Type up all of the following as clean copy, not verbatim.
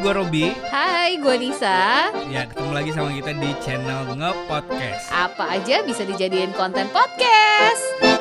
gue Robi. Hai, gue Nisa. Ya, ketemu lagi sama kita di channel Nge-Podcast. Apa aja bisa dijadiin konten podcast.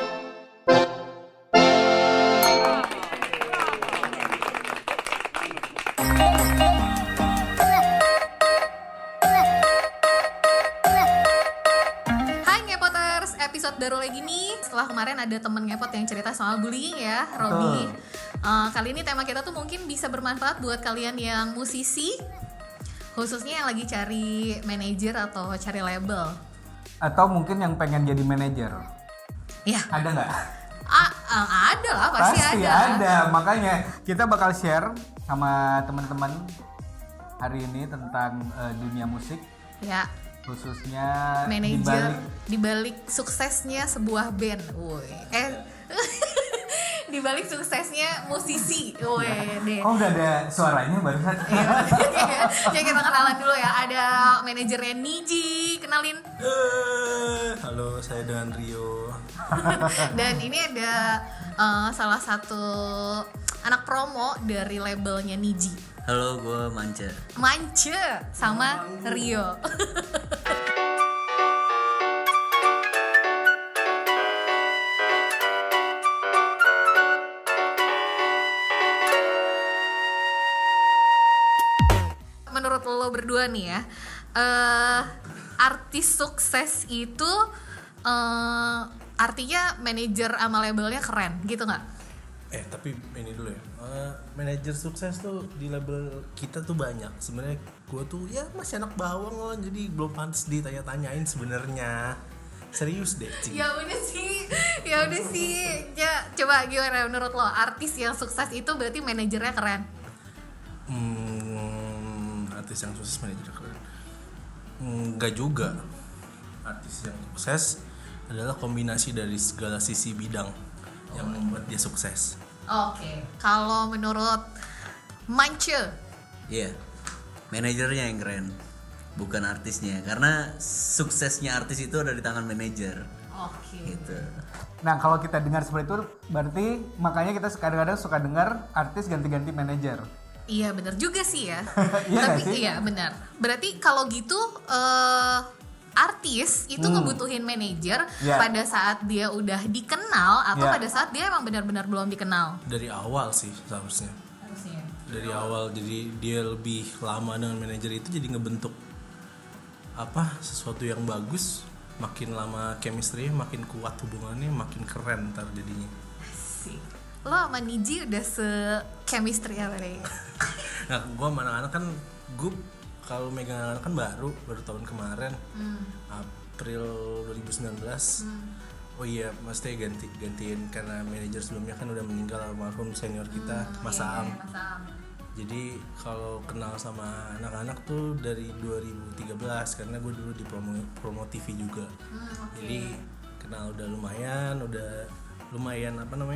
Hai Ngepoters, episode baru lagi nih. Setelah kemarin ada temen Ngepot yang cerita soal bullying ya, Robi. Kali ini tema kita tuh mungkin bisa bermanfaat buat kalian yang musisi, khususnya yang lagi cari manajer atau cari label. Atau mungkin yang pengen jadi manajer. Ya. Ada nggak? Ada lah, pasti ada. Makanya kita bakal share sama teman-teman hari ini tentang dunia musik. Ya. Khususnya manajer dibalik suksesnya sebuah band. Dibalik suksesnya musisi. Deh. Oh, udah ada suaranya barusan. Ya kita kenalan dulu ya. Ada manajernya Niji, kenalin. Halo, saya dengan Rio. Dan ini ada salah satu anak promo dari labelnya Niji. Halo, gue Mance sama Rio. Menurut lo berdua nih ya, artis sukses itu artinya manajer sama labelnya keren gitu nggak? Tapi ini dulu ya, manajer sukses tuh di label kita tuh banyak. Sebenarnya gue tuh ya masih anak bawang loh, jadi belum pantas ditanya-tanyain sebenarnya. Serius deh, Cing. Ya udah sih. Ya coba gimana menurut lo, artis yang sukses itu berarti manajernya keren? Artis yang sukses manajernya keren? Enggak juga. Artis yang sukses adalah kombinasi dari segala sisi bidang yang membuat dia sukses. Oke. Kalau menurut Mance? Iya, manajernya yang keren, bukan artisnya. Karena suksesnya artis itu ada di tangan manajer. Oke. Gitu. Nah, kalau kita dengar seperti itu, berarti makanya kita kadang-kadang suka dengar artis ganti-ganti manajer. Iya benar juga sih ya. Iya Tapi sih? iya benar. Berarti kalau gitu artis itu ngebutuhin manajer pada saat dia udah dikenal atau pada saat dia emang benar-benar belum dikenal. Dari awal sih seharusnya. Dari awal, jadi dia lebih lama dengan manajer itu jadi ngebentuk sesuatu yang bagus. Makin lama chemistry, makin kuat hubungannya, makin keren ntar jadinya. Asik. Lo sama Niji udah se-chemistry apa deh? Nah, gue sama anak-anak kan, gue kalau megang anak-anak kan baru tahun kemarin, April 2019. Oh iya, maksudnya gantiin karena manajer sebelumnya kan udah meninggal, almarhum senior kita, Mas Aam. Jadi kalau kenal sama anak-anak tuh dari 2013 karena gue dulu di promo TV juga. Jadi kenal udah lumayan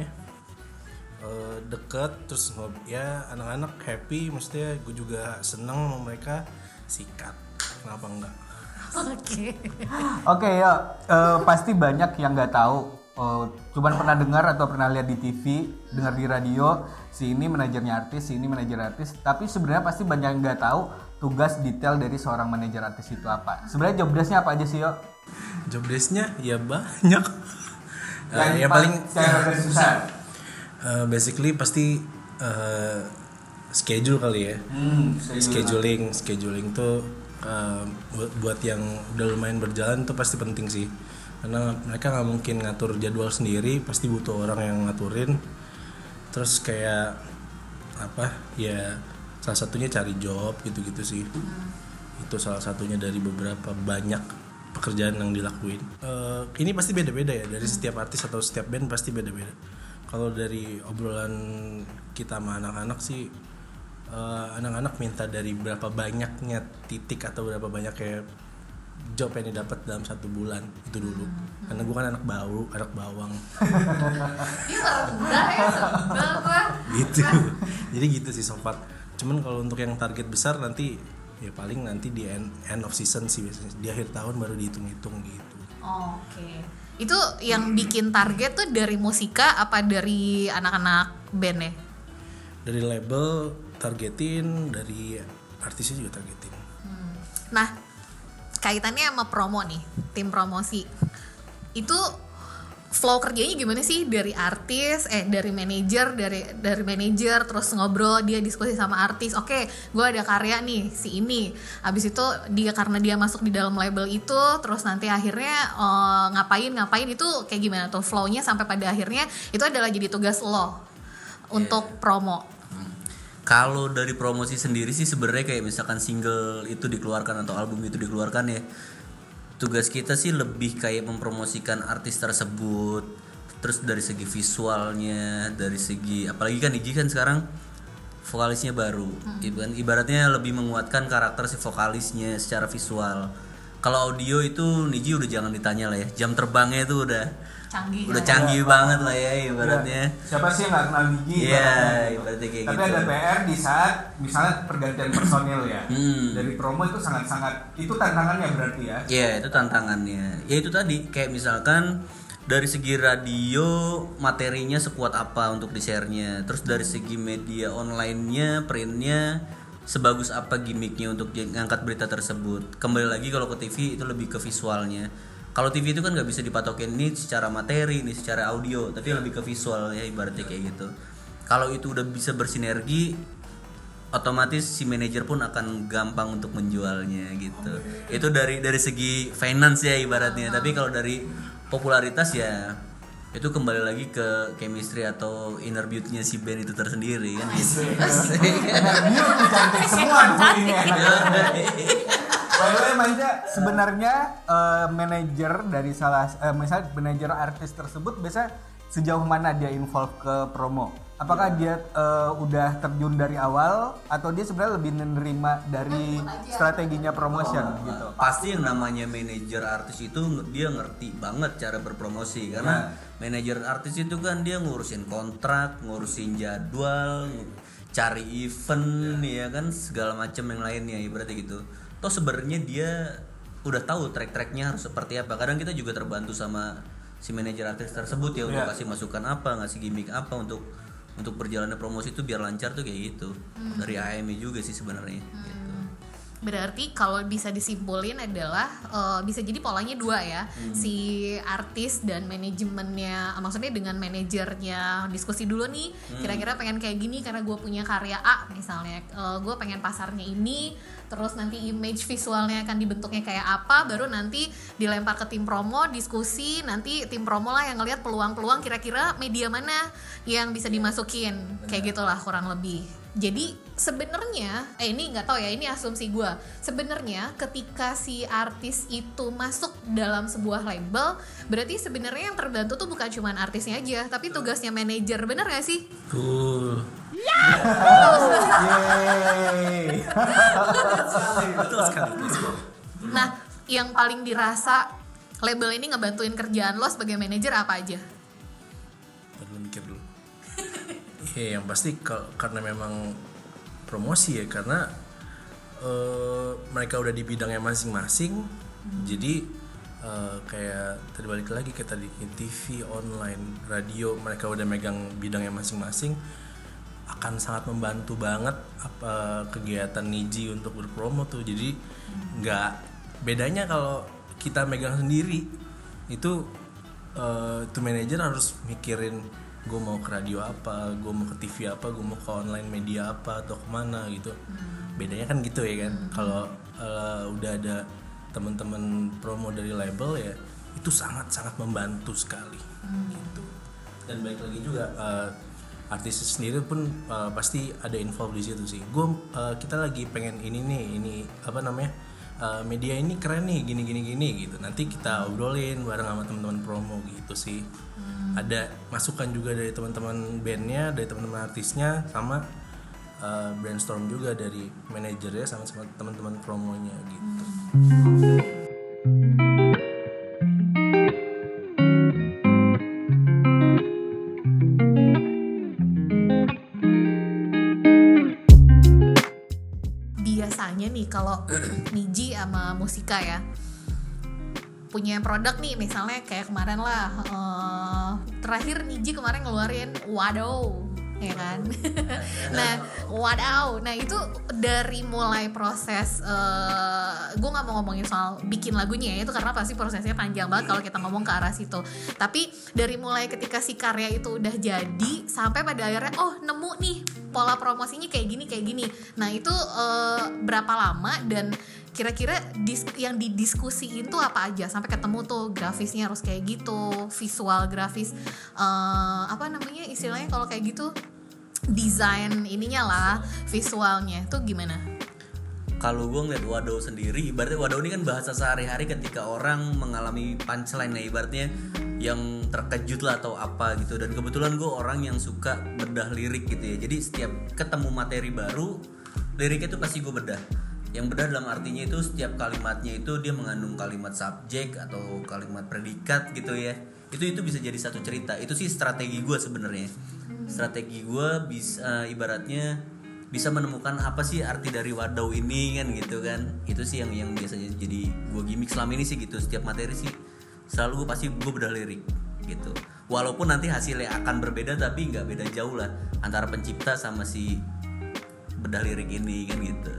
deket, terus ya anak-anak happy, maksudnya gue juga seneng sama mereka, sikat, kenapa enggak? Oke, ya pasti banyak yang nggak tahu, cuman pernah dengar atau pernah lihat di TV, dengar di radio, si ini manajernya artis, si ini manajer artis, tapi sebenarnya pasti banyak yang nggak tahu tugas detail dari seorang manajer artis itu apa. Sebenarnya job desk-nya apa aja sih, Yo? Job desk-nya ya banyak. Yang paling susah. Basically pasti schedule kali ya. Scheduling tuh buat yang udah lumayan berjalan tuh pasti penting sih, karena mereka nggak mungkin ngatur jadwal sendiri, pasti butuh orang yang ngaturin. Terus kayak salah satunya cari job gitu sih. Itu salah satunya dari beberapa banyak pekerjaan yang dilakuin. Ini pasti beda-beda ya, dari setiap artis atau setiap band pasti beda-beda. Kalau dari obrolan kita sama anak-anak sih, anak-anak minta dari berapa banyaknya titik atau berapa banyaknya job yang didapat dalam 1 bulan itu dulu. Karena gue kan anak bawang. Gitu. Jadi gitu sih sobat. Cuman kalau untuk yang target besar nanti ya paling nanti di end of season sih biasanya. Di akhir tahun baru dihitung-hitung gitu. Oke. Itu yang bikin target tuh dari musika apa dari anak-anak band ya? Dari label targetin, dari artisnya juga targetin. Nah, kaitannya sama promo nih, tim promosi. Itu flow kerjanya gimana sih dari artis, dari manajer, dari manajer terus ngobrol, dia diskusi sama artis. Oke, gue ada karya nih si ini. Habis itu karena dia masuk di dalam label itu, terus nanti akhirnya ngapain itu kayak gimana tuh flow-nya sampai pada akhirnya itu adalah jadi tugas lo untuk promo. Kalau dari promosi sendiri sih sebenarnya kayak misalkan single itu dikeluarkan atau album itu dikeluarkan ya, tugas kita sih lebih kayak mempromosikan artis tersebut. Terus dari segi visualnya, dari segi apalagi kan Niji kan sekarang vokalisnya baru, ibaratnya lebih menguatkan karakter si vokalisnya secara visual. Kalau audio itu Niji udah jangan ditanya lah ya, jam terbangnya itu udah canggih banget lah ya ibaratnya. Siapa sih yang nggak kenal Niji? Iya, ibaratnya kayak Tapi gitu. ada PR di saat misalnya pergantian personil ya. Dari promo itu sangat-sangat itu tantangannya berarti ya. Iya, itu tantangannya. Ya itu tadi kayak misalkan dari segi radio materinya sekuat apa untuk di-share-nya. Terus dari segi media online-nya, print-nya sebagus apa gimmicknya untuk ngangkat berita tersebut. Kembali lagi kalau ke TV itu lebih ke visualnya. Kalau TV itu kan nggak bisa dipatokin ini secara materi, ini secara audio, tapi lebih ke visual ya ibaratnya kayak gitu. Kalau itu udah bisa bersinergi, otomatis si manajer pun akan gampang untuk menjualnya gitu. Itu dari segi finance ya ibaratnya. Tapi kalau dari popularitas ya itu kembali lagi ke chemistry atau inner beauty-nya si band itu tersendiri kan gitu. Dia udah cantik semua ini. By the way Manja, sebenarnya manajer dari misalnya manajer artis tersebut biasa sejauh mana dia involve ke promo? Apakah dia udah terjun dari awal atau dia sebenarnya lebih menerima dari strateginya promotion gitu? Pasti yang namanya manajer artis itu dia ngerti banget cara berpromosi karena manajer artis itu kan dia ngurusin kontrak, ngurusin jadwal, cari event ya kan segala macam yang lainnya ibaratnya gitu. Toh sebenarnya dia udah tahu track-tracknya harus seperti apa. Kadang kita juga terbantu sama si manajer artis tersebut ya untuk kasih masukan apa, ngasih gimmick apa untuk berjalannya promosi itu biar lancar tuh kayak gitu. Dari AM juga sih sebenarnya gitu. Berarti kalau bisa disimpulin adalah bisa jadi polanya dua ya. Si artis dan manajemennya, maksudnya dengan manajernya diskusi dulu nih, kira-kira pengen kayak gini karena gue punya karya A misalnya, gue pengen pasarnya ini, terus nanti image visualnya akan dibentuknya kayak apa, baru nanti dilempar ke tim promo, diskusi, nanti tim promo lah yang ngelihat peluang-peluang kira-kira media mana yang bisa dimasukin, kayak gitulah kurang lebih. Jadi sebenarnya ini nggak tahu ya, ini asumsi gue. Sebenarnya ketika si artis itu masuk dalam sebuah label, berarti sebenarnya yang terbantu tuh bukan cuma artisnya aja, tapi tugasnya manajer, bener nggak sih? Betul. Betul sekali. Nah, yang paling dirasa label ini ngebantuin kerjaan lo sebagai manajer apa aja? Perlu mikir dulu. Yang pasti karena memang promosi ya, karena mereka udah di bidangnya masing-masing. Jadi kayak terbalik lagi kayak tadi TV, online, radio, mereka udah megang bidangnya masing-masing, akan sangat membantu banget apa kegiatan Niji untuk berpromo tuh. Jadi nggak bedanya kalau kita megang sendiri itu manajer harus mikirin gue mau ke radio apa, gue mau ke TV apa, gue mau ke online media apa atau kemana gitu. Bedanya kan gitu ya kan. Kalau udah ada teman-teman promo dari label ya itu sangat-sangat membantu sekali gitu. Dan balik lagi juga artis sendiri pun pasti ada involved di situ sih. Kita lagi pengen ini apa namanya media ini keren nih gini gitu. Nanti kita obrolin bareng sama teman-teman promo gitu sih. Ada masukan juga dari teman-teman bandnya, dari teman-teman artisnya, sama brainstorm juga dari manajernya sama teman-teman promonya gitu. Biasanya nih kalau Niji sama Musika ya punya produk nih, misalnya kayak kemarin lah terakhir Niji kemarin ngeluarin ya kan. Nah, wadaw. Nah itu dari mulai proses, gue nggak mau ngomongin soal bikin lagunya ya, itu karena pasti prosesnya panjang banget kalau kita ngomong ke arah situ. Tapi dari mulai ketika si karya itu udah jadi sampai pada akhirnya nemu nih pola promosinya kayak gini. Nah itu berapa lama dan kira-kira yang didiskusiin tuh apa aja sampai ketemu tuh grafisnya harus kayak gitu, visual grafis, apa namanya istilahnya kalau kayak gitu, desain ininya lah, visualnya tuh gimana? Kalau gue ngeliat Wadaw sendiri, ibaratnya Wadaw ini kan bahasa sehari-hari ketika orang mengalami punchline lah ibaratnya, yang terkejut lah atau apa gitu. Dan kebetulan gue orang yang suka bedah lirik gitu ya, jadi setiap ketemu materi baru, liriknya tuh pasti gue bedah. Yang bedah dalam artinya itu setiap kalimatnya itu dia mengandung kalimat subjek atau kalimat predikat gitu ya. Itu bisa jadi satu cerita. Itu sih strategi gue sebenarnya. Strategi gue bisa ibaratnya bisa menemukan apa sih arti dari Wadaw ini kan gitu kan. Itu sih yang biasanya jadi gue gimmick selama ini sih gitu. Setiap materi sih selalu gue bedah lirik gitu. Walaupun nanti hasilnya akan berbeda tapi nggak beda jauh lah antara pencipta sama si bedah lirik ini kan gitu.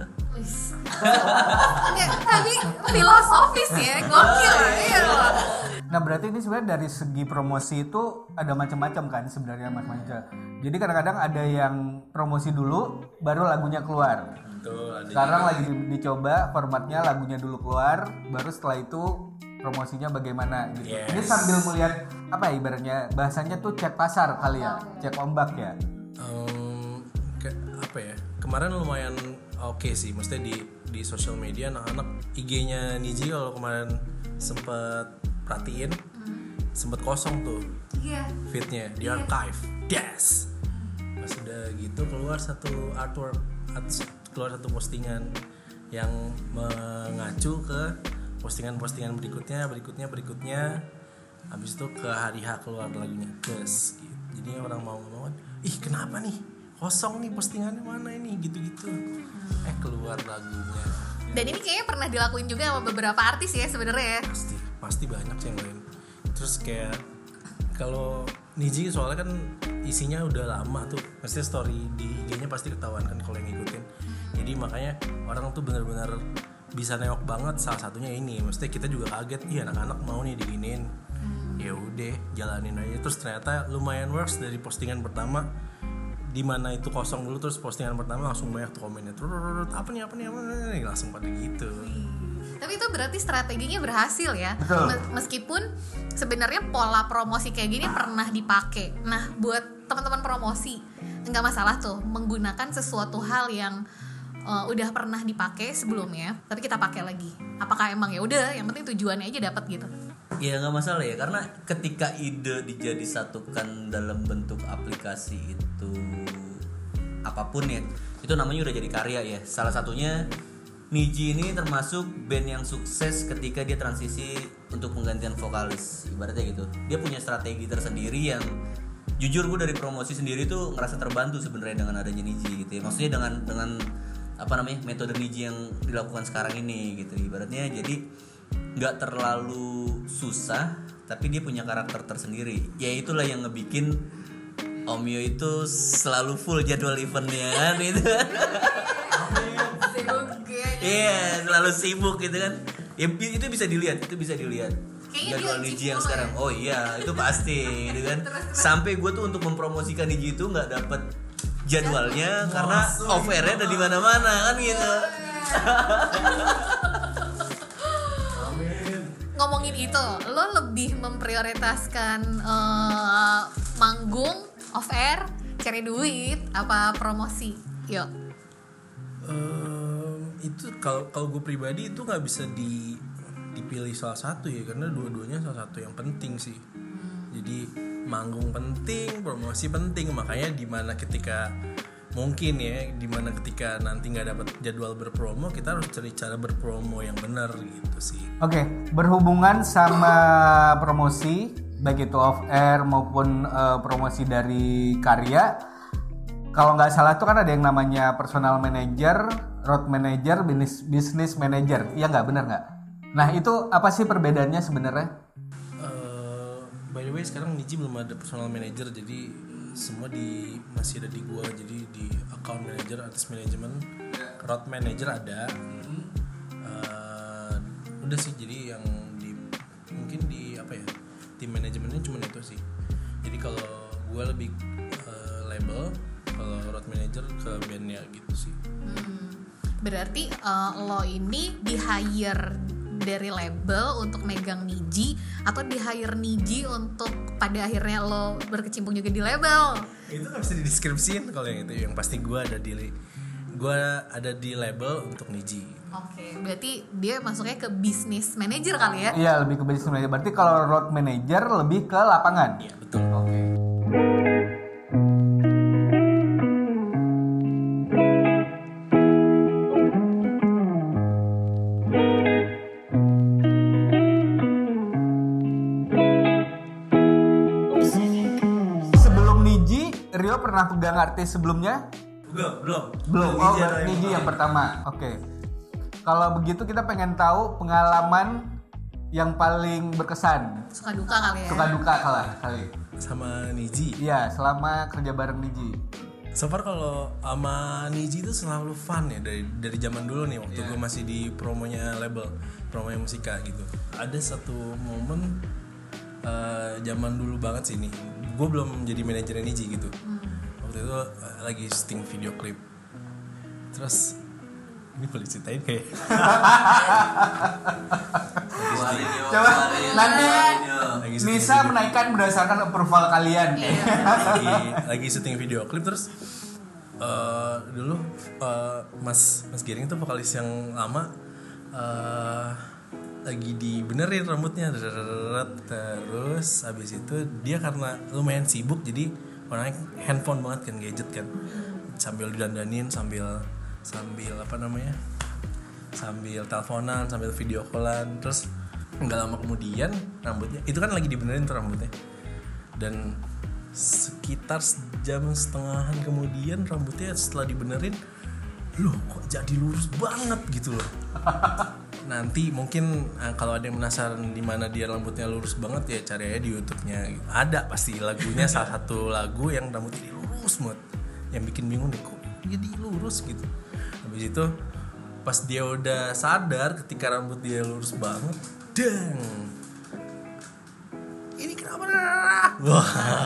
Tapi filosofis ya, gokil ya. Nah berarti ini sebenarnya dari segi promosi itu ada macam-macam kan sebenarnya Mas Manca. Jadi kadang-kadang ada yang promosi dulu baru lagunya keluar. Betul, Sekarang lagi dicoba formatnya lagunya dulu keluar, baru setelah itu promosinya bagaimana gitu. Yes. Ini sambil melihat apa ya ibaratnya bahasanya tuh cek pasar kali ya, cek ombak ya. Apa ya? Kemarin lumayan oke sih, maksudnya di sosial media anak-anak IG-nya Niji kalau kemarin sempet perhatiin sempet kosong tuh feednya di archive. Yes. Pas udah gitu keluar satu artwork, keluar satu postingan yang mengacu ke postingan-postingan berikutnya. Habis itu ke hari H keluar lagunya. Yes. Gitu. Jadi orang mau ngomong, ih kenapa nih? Kosong nih postingannya mana ini gitu-gitu. Keluar lagunya. Dan ini kayaknya pernah dilakuin juga sama beberapa artis ya sebenarnya ya. Pasti banyak sih yang lain. Terus kayak kalau Niji soalnya kan isinya udah lama tuh, maksudnya story di IG-nya pasti ketahuan kan kalau yang ngikutin. Jadi makanya orang tuh benar-benar bisa nengok banget. Salah satunya ini, maksudnya kita juga kaget, iya anak-anak mau nih diginiin. Ya udah jalanin aja. Terus ternyata lumayan works dari postingan pertama. Di mana itu kosong dulu, terus postingan pertama langsung banyak tuh komennya, apa nih langsung pada gitu. Tapi itu berarti strateginya berhasil ya. Betul. Meskipun sebenarnya pola promosi kayak gini pernah dipakai. Nah buat teman-teman promosi nggak masalah tuh menggunakan sesuatu hal yang udah pernah dipakai sebelumnya, tapi kita pakai lagi. Apakah emang ya udah yang penting tujuannya aja dapat gitu? Ya nggak masalah ya, karena ketika ide dijadisatukan dalam bentuk aplikasi itu apapun ya, itu namanya udah jadi karya ya. Salah satunya Niji ini termasuk band yang sukses ketika dia transisi untuk penggantian vokalis, ibaratnya gitu. Dia punya strategi tersendiri yang jujur gue dari promosi sendiri tuh ngerasa terbantu sebenarnya dengan adanya Niji gitu ya. Maksudnya dengan apa namanya metode Niji yang dilakukan sekarang ini gitu. Ibaratnya jadi nggak terlalu susah, tapi dia punya karakter tersendiri. Ya itulah yang ngebikin Omyo itu selalu full jadwal eventnya kan itu. Iya, selalu sibuk gitu kan. Ya, itu bisa dilihat. Kayaknya Jadwal dia Niji yang Cipul sekarang. ya? Oh iya, itu pasti gitu kan. Sampai gue tuh untuk mempromosikan Niji itu nggak dapet jadwalnya karena off-airnya ada di mana-mana kan gitu. Ngomongin itu, lo lebih memprioritaskan manggung, off-air, cari duit, apa promosi? Yuk. Itu kalau gue pribadi itu nggak bisa dipilih salah satu ya, karena dua-duanya salah satu yang penting sih. Jadi manggung penting, promosi penting, makanya dimana ketika nanti nggak dapat jadwal berpromo, kita harus cari cara berpromo yang benar gitu sih. Oke, berhubungan sama promosi baik itu off air maupun promosi dari karya. Kalau nggak salah tuh kan ada yang namanya personal manager, road manager, business manager. Iya nggak, benar nggak? Nah itu apa sih perbedaannya sebenarnya? By the way sekarang Niji belum ada personal manager, jadi semua masih ada di gua. Jadi di account manager, artist management, road manager ada. Udah sih, jadi yang mungkin di apa ya, tim manajemennya cuma itu sih. Jadi kalau gua lebih label, kalau road manager ke bandnya gitu sih. Berarti lo ini di hire dari label untuk megang Niji, atau di hire Niji untuk pada akhirnya lo berkecimpung juga di label? Itu nggak bisa dideskripsiin kalau yang itu. Yang pasti gue ada di label untuk Niji. Oke, berarti dia masuknya ke business manager kali ya? Iya, lebih ke business manager. Berarti kalau road manager lebih ke lapangan. Iya betul. Oke. Sebelum Niji, Rio pernah pegang artis sebelumnya? Belum. Oh, Niji yang pertama. Oke. Kalau begitu kita pengen tahu pengalaman yang paling berkesan. Suka duka kali ya? Suka duka kali. Sama Niji. Iya, selama kerja bareng Niji. So far kalau sama Niji itu selalu fun ya, dari zaman dulu nih waktu gue masih di promonya label, promonya Musika gitu. Ada satu momen zaman dulu banget sih nih. Gue belum jadi manajernya Niji gitu. Waktu itu lagi syuting video klip. Terus ini boleh ceritain kayak Coba nanti Nisa menaikkan berdasarkan approval kalian. lagi syuting video klip. Terus dulu Mas Giring itu vokalis yang lama, lagi dibenerin rambutnya. Terus abis itu dia karena lumayan sibuk, jadi orangnya handphone banget kan, gadget kan, sambil didandanin, sambil apa namanya, sambil teleponan, sambil video callan. Terus nggak lama kemudian rambutnya itu kan lagi dibenerin tuh rambutnya, dan sekitar jam setengahan kemudian rambutnya setelah dibenerin, loh kok jadi lurus banget gitu loh. Nanti mungkin kalau ada yang penasaran di mana dia rambutnya lurus banget, ya cari aja di YouTube-nya. Ada pasti lagunya, salah satu lagu yang rambutnya lurus banget, yang bikin bingung nih kok jadi lurus gitu. Habis itu pas dia udah sadar ketika rambut dia lurus banget, dang, ini kenapa? Wah,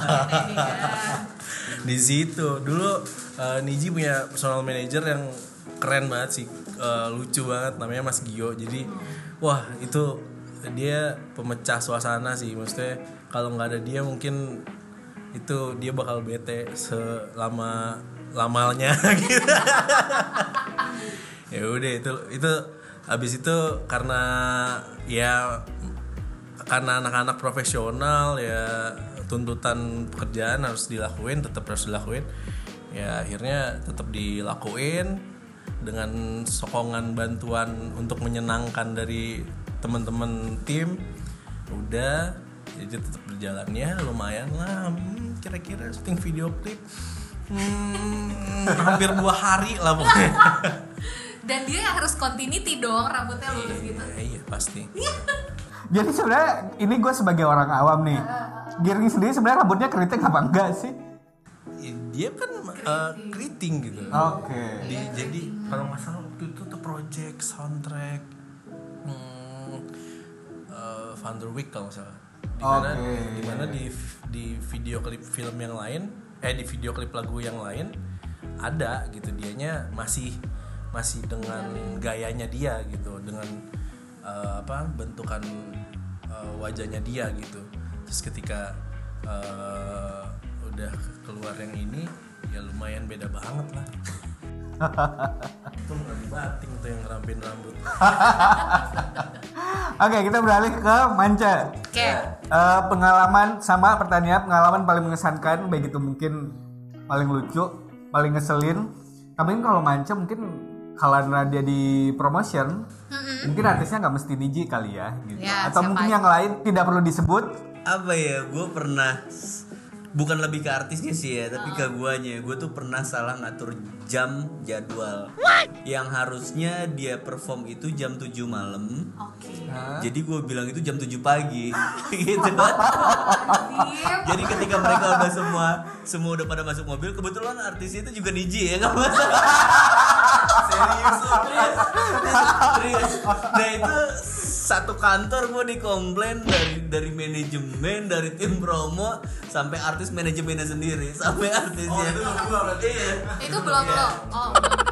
di situ dulu Niji punya personal manager yang keren banget sih, lucu banget, namanya Mas Gio. Jadi wah, itu dia pemecah suasana sih. Maksudnya kalau nggak ada dia mungkin itu dia bakal bete lamanya gitu. Ya udah, itu habis itu karena anak-anak profesional ya, tuntutan pekerjaan harus dilakuin, tetap harus dilakuin. Ya akhirnya tetap dilakuin dengan sokongan bantuan untuk menyenangkan dari teman-teman tim. Udah, jadi tetap berjalannya lumayan lah, kira-kira syuting video klip hampir 2 hari lah pokoknya. Dan dia harus continuity dong, rambutnya lurus gitu. Iya pasti. Jadi sebenarnya ini gue sebagai orang awam nih, Giring sendiri sebenarnya rambutnya keriting apa enggak sih? Dia kan keriting gitu. Oke. Jadi kalau nggak salah waktu itu tuh project soundtrack Van der Wijk kalau nggak salah. Dimana di video klip film yang lain, di video klip lagu yang lain ada gitu, dianya masih dengan gayanya dia gitu, dengan bentukan wajahnya dia gitu. Terus ketika udah keluar yang ini, ya lumayan beda banget lah. Itu bukan batik tuh yang ngerampin rambut. Oke, kita beralih ke Manca. Oke. Pengalaman sama pertanyaan, pengalaman paling mengesankan, baik itu mungkin paling lucu, paling ngeselin. Tapi kalau Manca mungkin karena dia di promotion, mungkin artisnya nggak mesti Niji kali ya, gitu. Ya, atau mungkin yang lain tidak perlu disebut. Apa ya, gue pernah bukan lebih ke artisnya sih ya, tapi ke guanya. Gue tuh pernah salah ngatur jam jadwal. Yang harusnya dia perform itu jam 7 malam. Oke. Jadi gue bilang itu jam 7 pagi. Gitu. Jadi ketika mereka udah semua udah pada masuk mobil, kebetulan artisnya itu juga DJ ya, enggak masalah. Serius. Nah itu satu kantor gue dikomplain dari manajemen, dari tim promo, sampai artis manajemennya sendiri, sampai artisnya. Itu belum lo. Oh.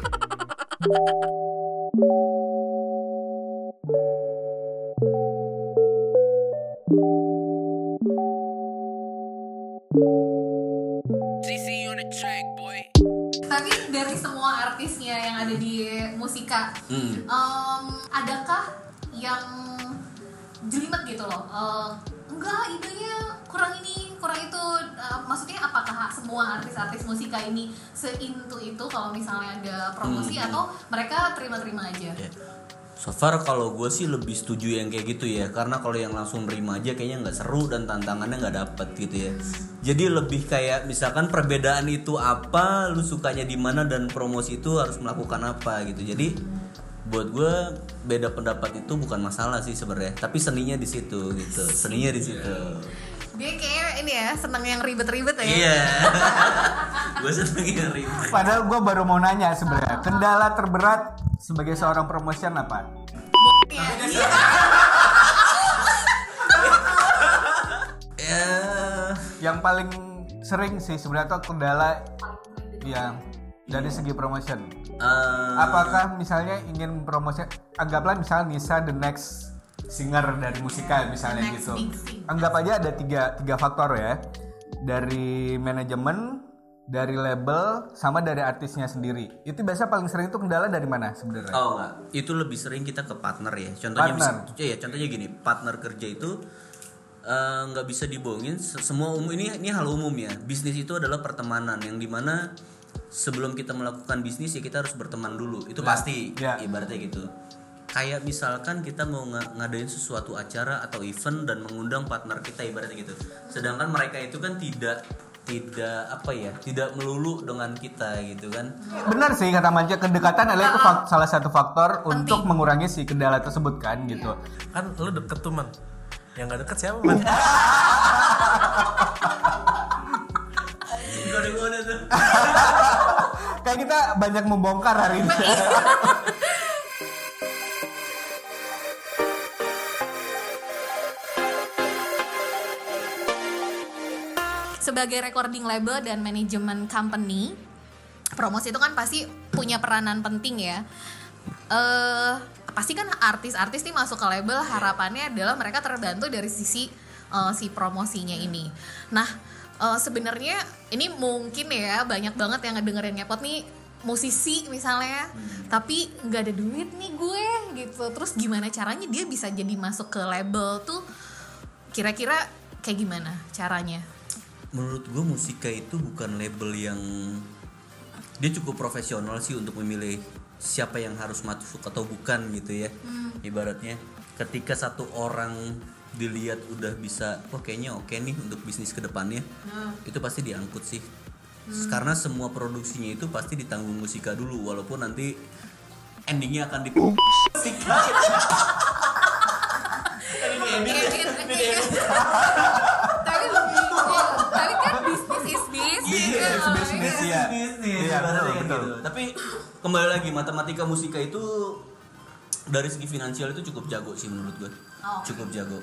Tapi dari semua artisnya yang ada di Musika, adakah yang jelimet gitu loh? Enggak, idenya kurang ini, kurang itu. Maksudnya apakah semua artis-artis Musika ini seintu itu kalau misalnya ada promosi atau mereka terima-terima aja? So far kalau gue sih lebih setuju yang kayak gitu ya, karena kalau yang langsung nerima aja kayaknya nggak seru dan tantangannya nggak dapet gitu ya. Jadi lebih kayak misalkan perbedaan itu apa, lu sukanya di mana, dan promosi itu harus melakukan apa gitu. Jadi buat gue beda pendapat itu bukan masalah sih sebenarnya, tapi seninya di situ gitu, seninya di situ. Dia kayak ini ya, seneng yang ribet-ribet ya. Iya. Gue seneng yang ribet. Padahal gue baru mau nanya sebenarnya, kendala terberat sebagai seorang promotion apa? Iya. Ya. Yang paling sering sih sebenarnya tuh kendala yang dari segi promotion. Apakah misalnya ingin promosi, anggaplah misalnya Nisa the next singer dari Musika misalnya Next gitu. big thing. Anggap aja ada tiga faktor ya, dari manajemen, dari label, sama dari artisnya sendiri. Itu biasa paling sering itu kendala dari mana sebenarnya? Oh enggak, itu lebih sering kita ke partner ya. Contohnya contohnya gini, partner kerja itu nggak bisa dibohongin. Semua ini hal umum ya. Bisnis itu adalah pertemanan yang dimana sebelum kita melakukan bisnis ya kita harus berteman dulu. Itu pasti, ibaratnya gitu. Kayak misalkan kita mau ngadain sesuatu acara atau event dan mengundang partner kita ibaratnya gitu. Sedangkan mereka itu kan tidak melulu dengan kita gitu kan. Benar sih kata Manja, kedekatan adalah itu salah satu faktor untuk mengurangi si kendala tersebut kan gitu. Kan lu deket tuh man, yang gak deket siapa man? Gimana tuh? Kayak kita banyak membongkar hari ini. Sebagai recording label dan manajemen company, promosi itu kan pasti punya peranan penting ya. Pasti kan artis-artis nih masuk ke label, harapannya adalah mereka terbantu dari sisi si promosinya ini. Nah, sebenarnya ini mungkin ya banyak banget yang ngedengerin Ngepot nih musisi misalnya, tapi nggak ada duit nih gue gitu. Terus gimana caranya dia bisa jadi masuk ke label tuh? Kira-kira kayak gimana caranya? Menurut gue Musika itu bukan label yang dia cukup profesional sih untuk memilih siapa yang harus masuk atau bukan gitu ya. Ibaratnya ketika satu orang dilihat udah bisa, kayaknya oke nih untuk bisnis kedepannya, itu pasti diangkut sih. Karena semua produksinya itu pasti ditanggung Musika dulu, walaupun nanti endingnya akan Musika. Tapi kan bisnis is bisnis. Iya, betul. Tapi kembali lagi, matematika Musika itu dari segi finansial itu cukup jago sih menurut gue. Cukup jago.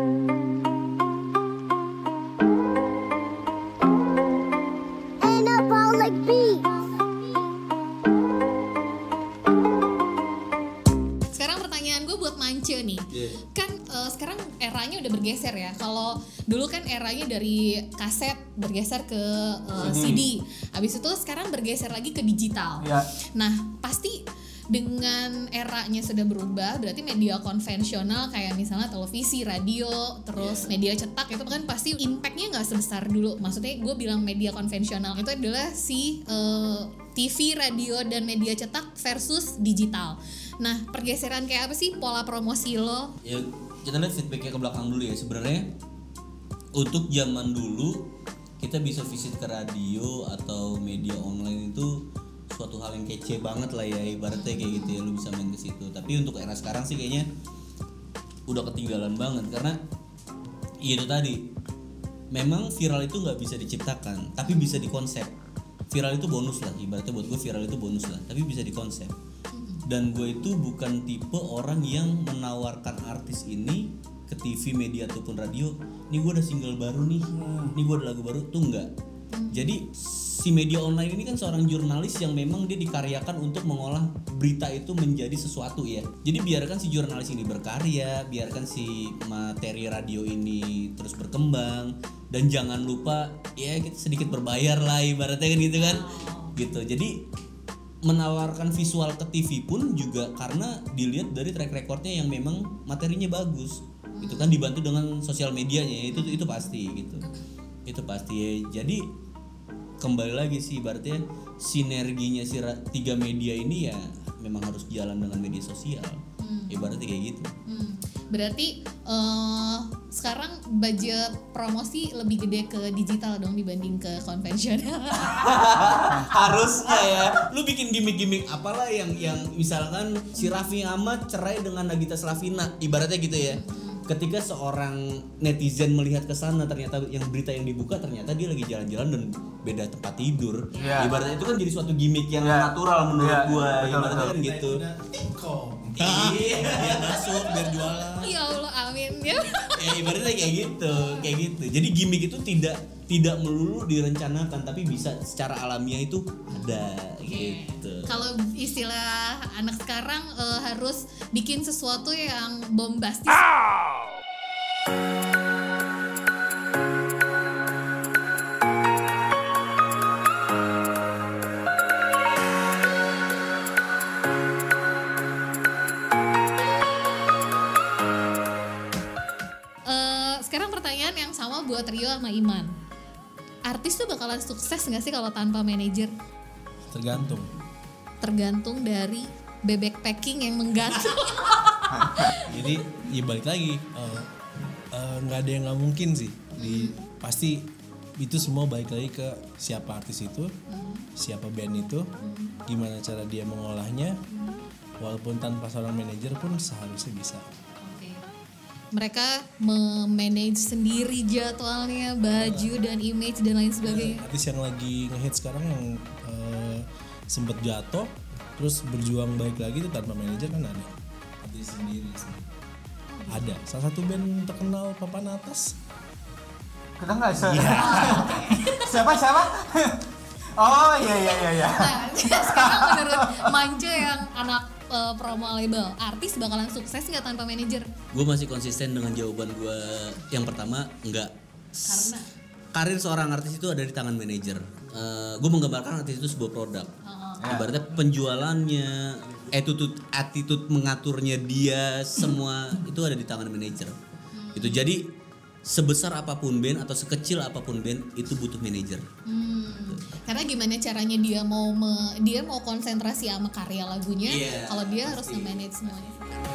Sekarang pertanyaan gue buat Mance nih. Kan sekarang eranya udah bergeser ya. Kalau dulu kan eranya dari kaset bergeser ke CD. Habis itu sekarang bergeser lagi ke digital. Nah, pasti dengan eranya sudah berubah, berarti media konvensional kayak misalnya televisi, radio, terus media cetak itu kan pasti impactnya nggak sebesar dulu. Maksudnya gue bilang media konvensional itu adalah si TV, radio, dan media cetak versus digital. Nah, pergeseran kayak apa sih pola promosi lo? Ya kita lihat feedbacknya ke belakang dulu ya. Sebenarnya untuk zaman dulu kita bisa visit ke radio atau media online itu suatu hal yang kece banget lah ya, ibaratnya kayak gitu ya, lu bisa main ke situ. Tapi untuk era sekarang sih kayaknya udah ketinggalan banget, karena itu tadi memang viral itu nggak bisa diciptakan tapi bisa dikonsep. Viral itu bonus lah, ibaratnya buat gue viral itu bonus lah, tapi bisa dikonsep. Dan gue itu bukan tipe orang yang menawarkan artis ini ke TV, media ataupun radio, nih gue ada single baru nih gue ada lagu baru, tuh enggak. Jadi si media online ini kan seorang jurnalis yang memang dia dikaryakan untuk mengolah berita itu menjadi sesuatu ya. Jadi biarkan si jurnalis ini berkarya, biarkan si materi radio ini terus berkembang, dan jangan lupa ya kita sedikit berbayar lah ibaratnya kan gitu kan. Gitu. Jadi menawarkan visual ke TV pun juga karena dilihat dari track recordnya yang memang materinya bagus. Itu kan dibantu dengan sosial medianya, itu pasti gitu. Itu pasti ya. Jadi kembali lagi sih ibaratnya sinerginya si tiga media ini ya memang harus jalan dengan media sosial. Ibaratnya kayak gitu. Berarti sekarang budget promosi lebih gede ke digital dong dibanding ke konvensional. Harusnya ya. Lu bikin gimmick-gimmick apalah yang misalkan si Raffi Ahmad cerai dengan Nagita Slavina, ibaratnya gitu ya. Ketika seorang netizen melihat ke sana, ternyata yang berita yang dibuka ternyata dia lagi jalan-jalan dan beda tempat tidur. Ibaratnya itu kan jadi suatu gimmick yang natural menurut gua. Ibaratnya kan gitu. Iya, biar masuk, biar jualan. Ya Allah, amin ya. Ya ibaratnya kayak gitu. Jadi gimmick itu tidak melulu direncanakan, tapi bisa secara alamiah itu ada gitu. Kalau istilah anak sekarang harus bikin sesuatu yang bombastis. Sekarang pertanyaan yang sama buat Rio sama Iman. Artis tuh bakalan sukses nggak sih kalau tanpa manajer? Tergantung dari bebek packing yang menggantung. Jadi ya balik lagi, nggak ada yang nggak mungkin sih. Pasti itu semua balik lagi ke siapa artis itu, siapa band itu, gimana cara dia mengolahnya. Walaupun tanpa seorang manajer pun seharusnya bisa. Mereka memanage sendiri jadwalnya, baju dan image dan lain sebagainya. Artis yang lagi ngehit sekarang yang sempet jatuh terus berjuang balik lagi itu tanpa manajer kan ada. Artis sendiri. Ada. Salah satu band terkenal papan atas. Kita nggak siapa? Oh iya. Nah, sekarang menurut Manje yang anak promo label, artis bakalan sukses nggak tanpa manajer? Gue masih konsisten dengan jawaban gue yang pertama, enggak. Karena karir seorang artis itu ada di tangan manajer. Gue menggambarkan artis itu sebuah produk. Ibaratnya penjualannya, attitude mengaturnya dia, semua itu ada di tangan manajer. Itu jadi sebesar apapun band atau sekecil apapun band itu butuh manajer. Karena gimana caranya dia mau konsentrasi sama karya lagunya, kalau dia harus nge-manage semuanya.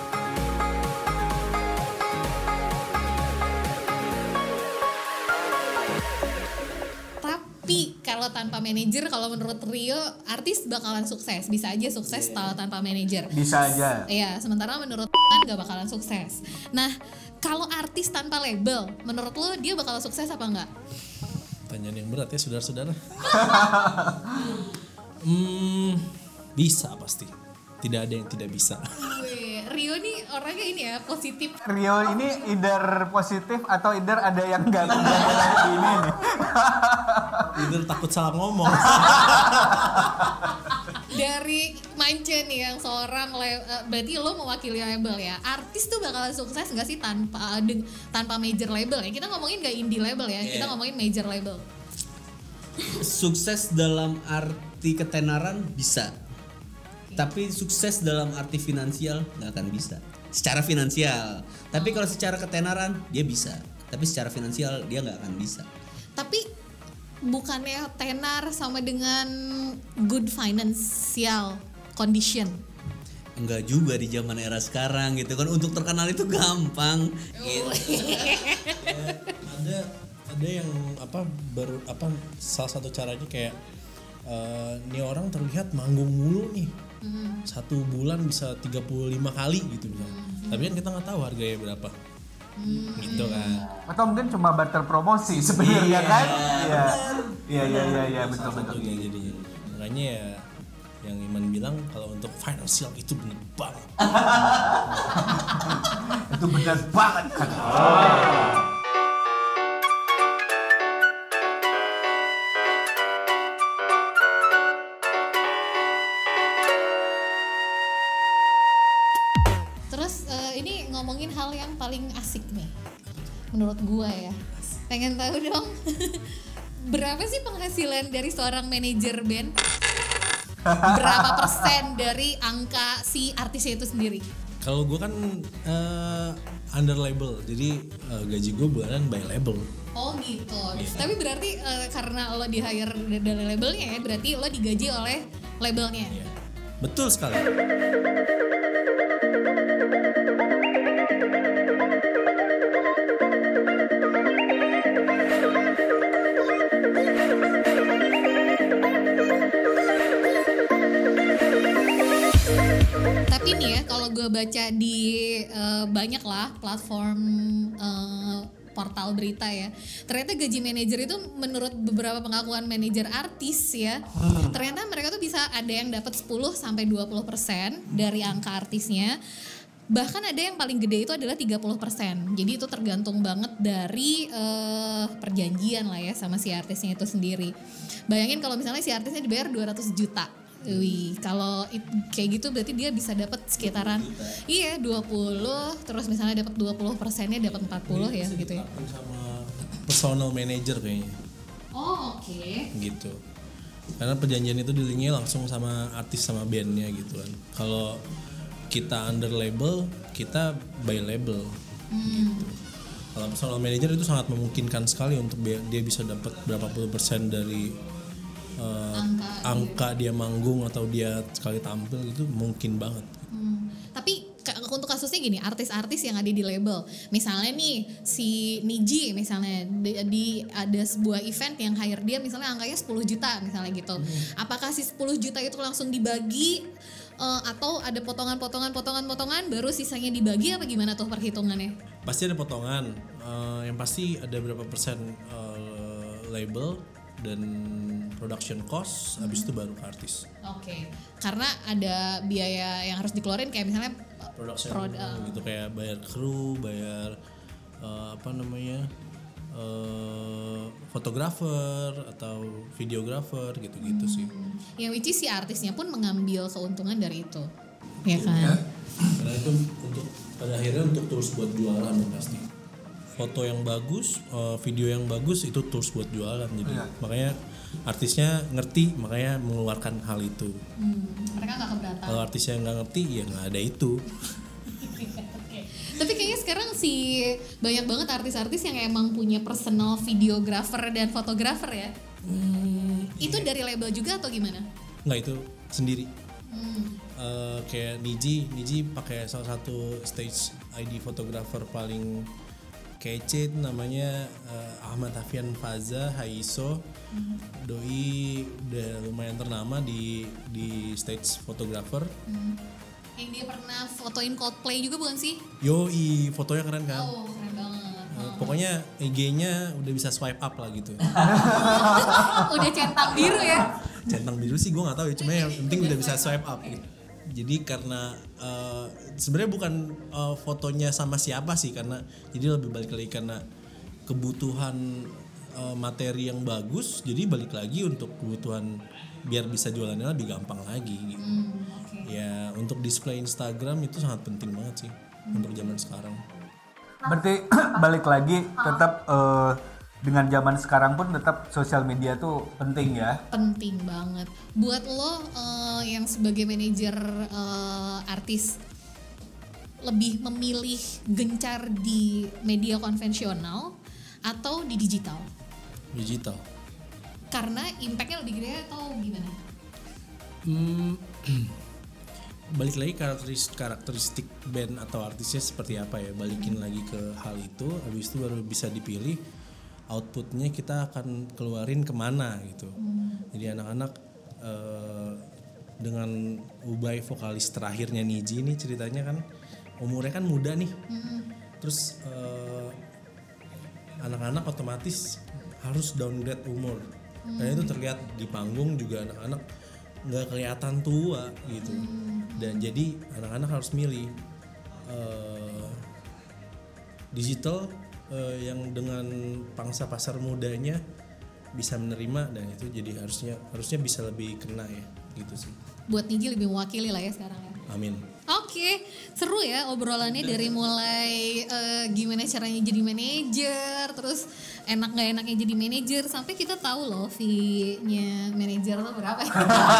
Tapi kalau tanpa manajer, kalau menurut Rio, artis bakalan sukses, bisa aja sukses tanpa manajer. Bisa aja. Iya, sementara menurut kan gak bakalan sukses. Nah, kalau artis tanpa label, menurut lo dia bakal sukses apa enggak? Pertanyaan yang berat ya saudara-saudara. Bisa pasti. Tidak ada yang tidak bisa. Rio nih orangnya ini ya, positif. Rio ini either positif atau either ada yang nggak lagi ini nih. Either takut salah ngomong. Dari Mance nih yang seorang berarti lo mewakili label ya. Artis tuh bakalan sukses nggak sih tanpa major label ya? Kita ngomongin nggak indie label ya, kita ngomongin major label. Sukses dalam arti ketenaran bisa. Tapi sukses dalam arti finansial nggak akan bisa. Secara finansial. Tapi kalau secara ketenaran dia bisa. Tapi secara finansial dia nggak akan bisa. Tapi bukannya tenar sama dengan good financial condition? Enggak juga di zaman era sekarang gitu kan. Untuk terkenal itu gampang. Gitu. Ada ada yang salah satu caranya kayak nih orang terlihat manggung mulu nih. Satu bulan bisa 35 kali gitu misalnya. Tapi kan kita nggak tahu harganya berapa. Gitu kan. Atau mungkin cuma barter promosi sebenarnya kan? Iya, betul. Jadinya. Makanya ya yang Iman bilang kalau untuk financial itu bener banget. Itu benar banget kan. Terus ini ngomongin hal yang paling asik nih menurut gua ya. Pengen tahu dong berapa sih penghasilan dari seorang manajer band? Berapa persen dari angka si artisnya itu sendiri? Kalau gue kan under label, jadi gaji gue bulanan by label. Oh gitu. Tapi berarti karena lo di hire dari labelnya ya, berarti lo digaji oleh labelnya. Iya. Betul sekali. Tapi nih ya, kalau gue baca di banyak lah platform portal berita ya, ternyata gaji manajer itu menurut beberapa pengakuan manajer artis ya, ternyata mereka tuh bisa ada yang dapat 10-20% dari angka artisnya. Bahkan ada yang paling gede itu adalah 30%. Jadi itu tergantung banget dari perjanjian lah ya sama si artisnya itu sendiri. Bayangin kalau misalnya si artisnya dibayar 200 juta. Wih, kalau kayak gitu berarti dia bisa dapat sekitaran 20, terus misalnya dapat 20%-nya dapat 40 ya gitu ya. Sama personal manager kayaknya. Oh, oke. Gitu. Karena perjanjian itu di-linknya langsung sama artis sama bandnya gitu kan. Kalau kita under label, kita by label. Gitu. Kalau personal manager itu sangat memungkinkan sekali untuk dia bisa dapat berapa puluh persen dari angka dia manggung atau dia sekali tampil itu mungkin banget. Tapi untuk kasusnya gini, artis-artis yang ada di label, misalnya nih si Niji misalnya ada sebuah event yang hire dia misalnya angkanya 10 juta misalnya gitu. Apakah si 10 juta itu langsung dibagi atau ada potongan baru sisanya dibagi, apa gimana tuh perhitungannya? Pasti ada potongan, yang pasti ada berapa persen label dan production cost, habis itu baru ke artis. Oke. Karena ada biaya yang harus dikeluarin kayak misalnya Production gitu, kayak bayar kru, bayar fotografer atau videografer gitu-gitu sih. yang which is si artisnya pun mengambil keuntungan dari itu. Ya kan? Karena itu pada akhirnya untuk tools buat jualan pasti. Foto yang bagus, video yang bagus itu tools buat jualan. Jadi makanya artisnya ngerti, makanya mengeluarkan hal itu. Mereka nggak keberatan. Kalau artisnya nggak ngerti, ya nggak ada itu. Oke. Tapi kayaknya sekarang banyak banget artis-artis yang emang punya personal videographer dan fotografer ya. Itu dari label juga atau gimana? Nggak, itu sendiri. Kayak Niji pakai salah satu stage ID fotografer paling kece namanya Ahmad Hafian Faza Haiso. Doi udah lumayan ternama di stage fotografer. Yang dia pernah fotoin Coldplay juga bukan sih? Yoi, fotonya keren kan? Oh, keren banget. Pokoknya IG-nya udah bisa swipe up lah gitu. Udah centang biru ya? Centang biru sih gue nggak tahu ya, cuma yang penting udah bisa swipe up gitu. Jadi karena sebenarnya bukan fotonya sama siapa sih, karena jadi lebih balik lagi karena kebutuhan materi yang bagus, jadi balik lagi untuk kebutuhan biar bisa jualannya lebih gampang lagi gitu. Ya untuk display Instagram itu sangat penting banget sih untuk zaman sekarang. Berarti balik lagi tetap dengan zaman sekarang pun tetap sosial media tuh penting ya. Penting banget. Buat lo yang sebagai manajer artis, lebih memilih gencar di media konvensional atau di digital? Digital. Karena impactnya lebih gede atau gimana? Balik lagi karakteristik band atau artisnya seperti apa ya, balikin lagi ke hal itu, habis itu baru bisa dipilih. outputnya kita akan keluarin kemana gitu. Jadi anak-anak dengan Ubay vokalis terakhirnya Niji ini ceritanya kan umurnya kan muda nih. Terus anak-anak otomatis harus downgrade umur. Dan itu terlihat di panggung juga anak-anak nggak kelihatan tua gitu. Dan jadi anak-anak harus milih digital yang dengan pangsa pasar mudanya bisa menerima, dan itu jadi harusnya bisa lebih kena ya gitu sih. Buat Niji lebih mewakili lah ya sekarang ya. Amin. Oke, seru ya obrolannya dari mulai gimana caranya jadi manajer, terus enak gak enaknya jadi manajer, sampai kita tahu loh fee-nya manajer tuh berapa ya.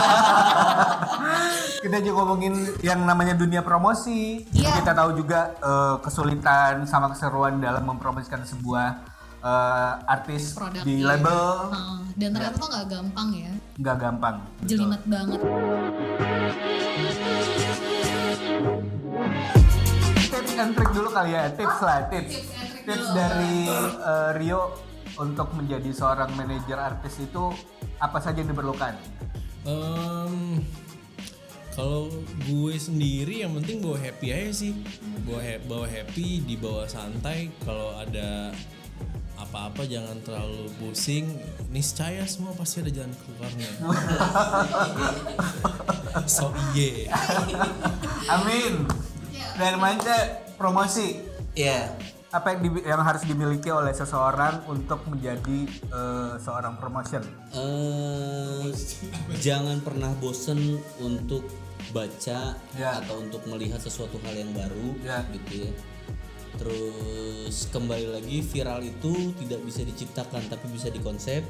Kita juga ngomongin yang namanya dunia promosi. Iya. Kita tahu juga kesulitan sama keseruan dalam mempromosikan sebuah artis Produk, di iya. label. Dan ternyata tuh gak gampang ya, Nggak gampang. jelimet banget. Tips and trick dulu kali ya, tips Tips Tips dari Rio untuk menjadi seorang manajer artis itu apa saja yang diperlukan? Kalau gue sendiri yang penting bawa happy aja sih. Bawa happy, dibawa santai. Kalau ada apa-apa jangan terlalu pusing. Niscaya semua pasti ada jalan keluarnya. So iye. Amin. Dan Manca, promosi. Iya. Apa yang harus dimiliki oleh seseorang untuk menjadi seorang promotion? Jangan pernah bosen untuk baca Ya. atau untuk melihat sesuatu hal yang baru Ya. gitu ya. Terus kembali lagi, viral itu tidak bisa diciptakan tapi bisa dikonsep.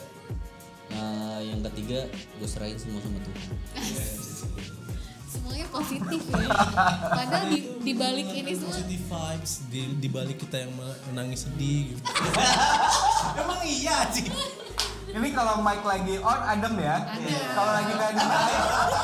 Yang ketiga, gue serahin semua sama Tuhan. Semuanya positif ya. Padahal di balik ini semua Positive vibes di balik kita yang menangis sedih gitu. Emang iya sih. Ini kalau mic lagi on adem ya. Kalau lagi nggak ada mic,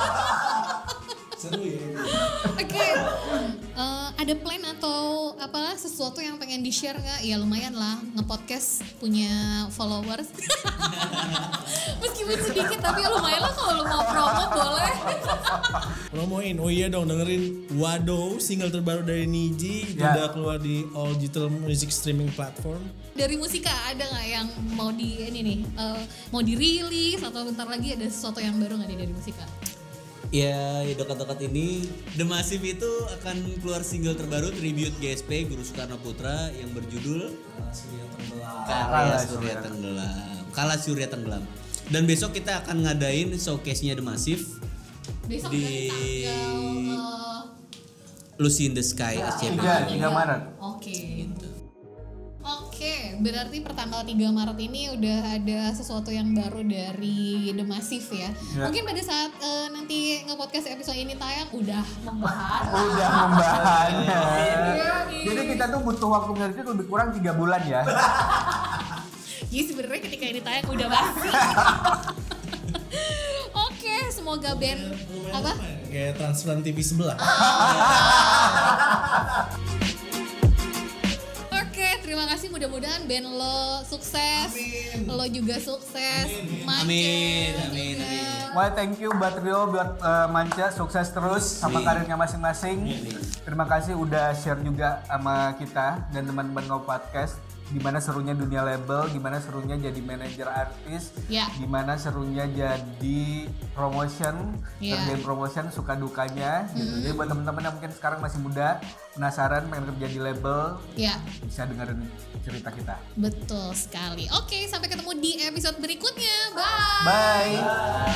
Seru ya. Oke, ada plan atau apalah sesuatu yang pengen di share nggak? Ya lumayan lah, nge-podcast punya followers. Meskipun sedikit tapi lumayan lah, kalau lu mau promo boleh. Promoin, oh iya dong, dengerin Wado, single terbaru dari Niji. Itu Ya. udah keluar di all digital music streaming platform. Dari Musika ada nggak yang mau mau dirilis atau bentar lagi ada sesuatu yang baru nggak nih dari Musika? Ya, dekat-dekat ini The Massive itu akan keluar single terbaru tribute GSP Guru Soekarno Putra yang berjudul Karya Surya Tenggelam. Kala Surya Tenggelam. Dan besok kita akan ngadain showcase-nya The Massive Besok di dari tanggal Lucy in the Sky SCB. 3 Maret. Oke. Oke, berarti pertanggal 3 Maret ini udah ada sesuatu yang baru dari The Massive ya. Ya. Mungkin pada saat nanti nge-podcast episode ini tayang udah membahas. Udah membahasnya. Iya. Jadi kita tuh butuh waktu ngerti lebih kurang 3 bulan ya. Jadi sebenarnya ketika ini tayang udah basi. Oke, semoga band apa? Kayak Transland TV sebelah. Oke, terima kasih, mudah-mudahan band lo sukses. Lo juga sukses. Manca Amin, juga. amin, amin. Well, thank you buat Rio, buat Manca, sukses terus sama karirnya masing-masing. Terima kasih udah share juga sama kita dan teman-teman Ngo Podcast. Gimana serunya dunia label, gimana serunya jadi manajer artis, Ya. gimana serunya jadi promotion, Ya. kerjain promotion, suka dukanya gitu. Jadi buat teman-teman yang mungkin sekarang masih muda, penasaran pengen kerja di label, Ya, bisa dengerin cerita kita. betul sekali. Oke, sampai ketemu di episode berikutnya. Bye. Bye.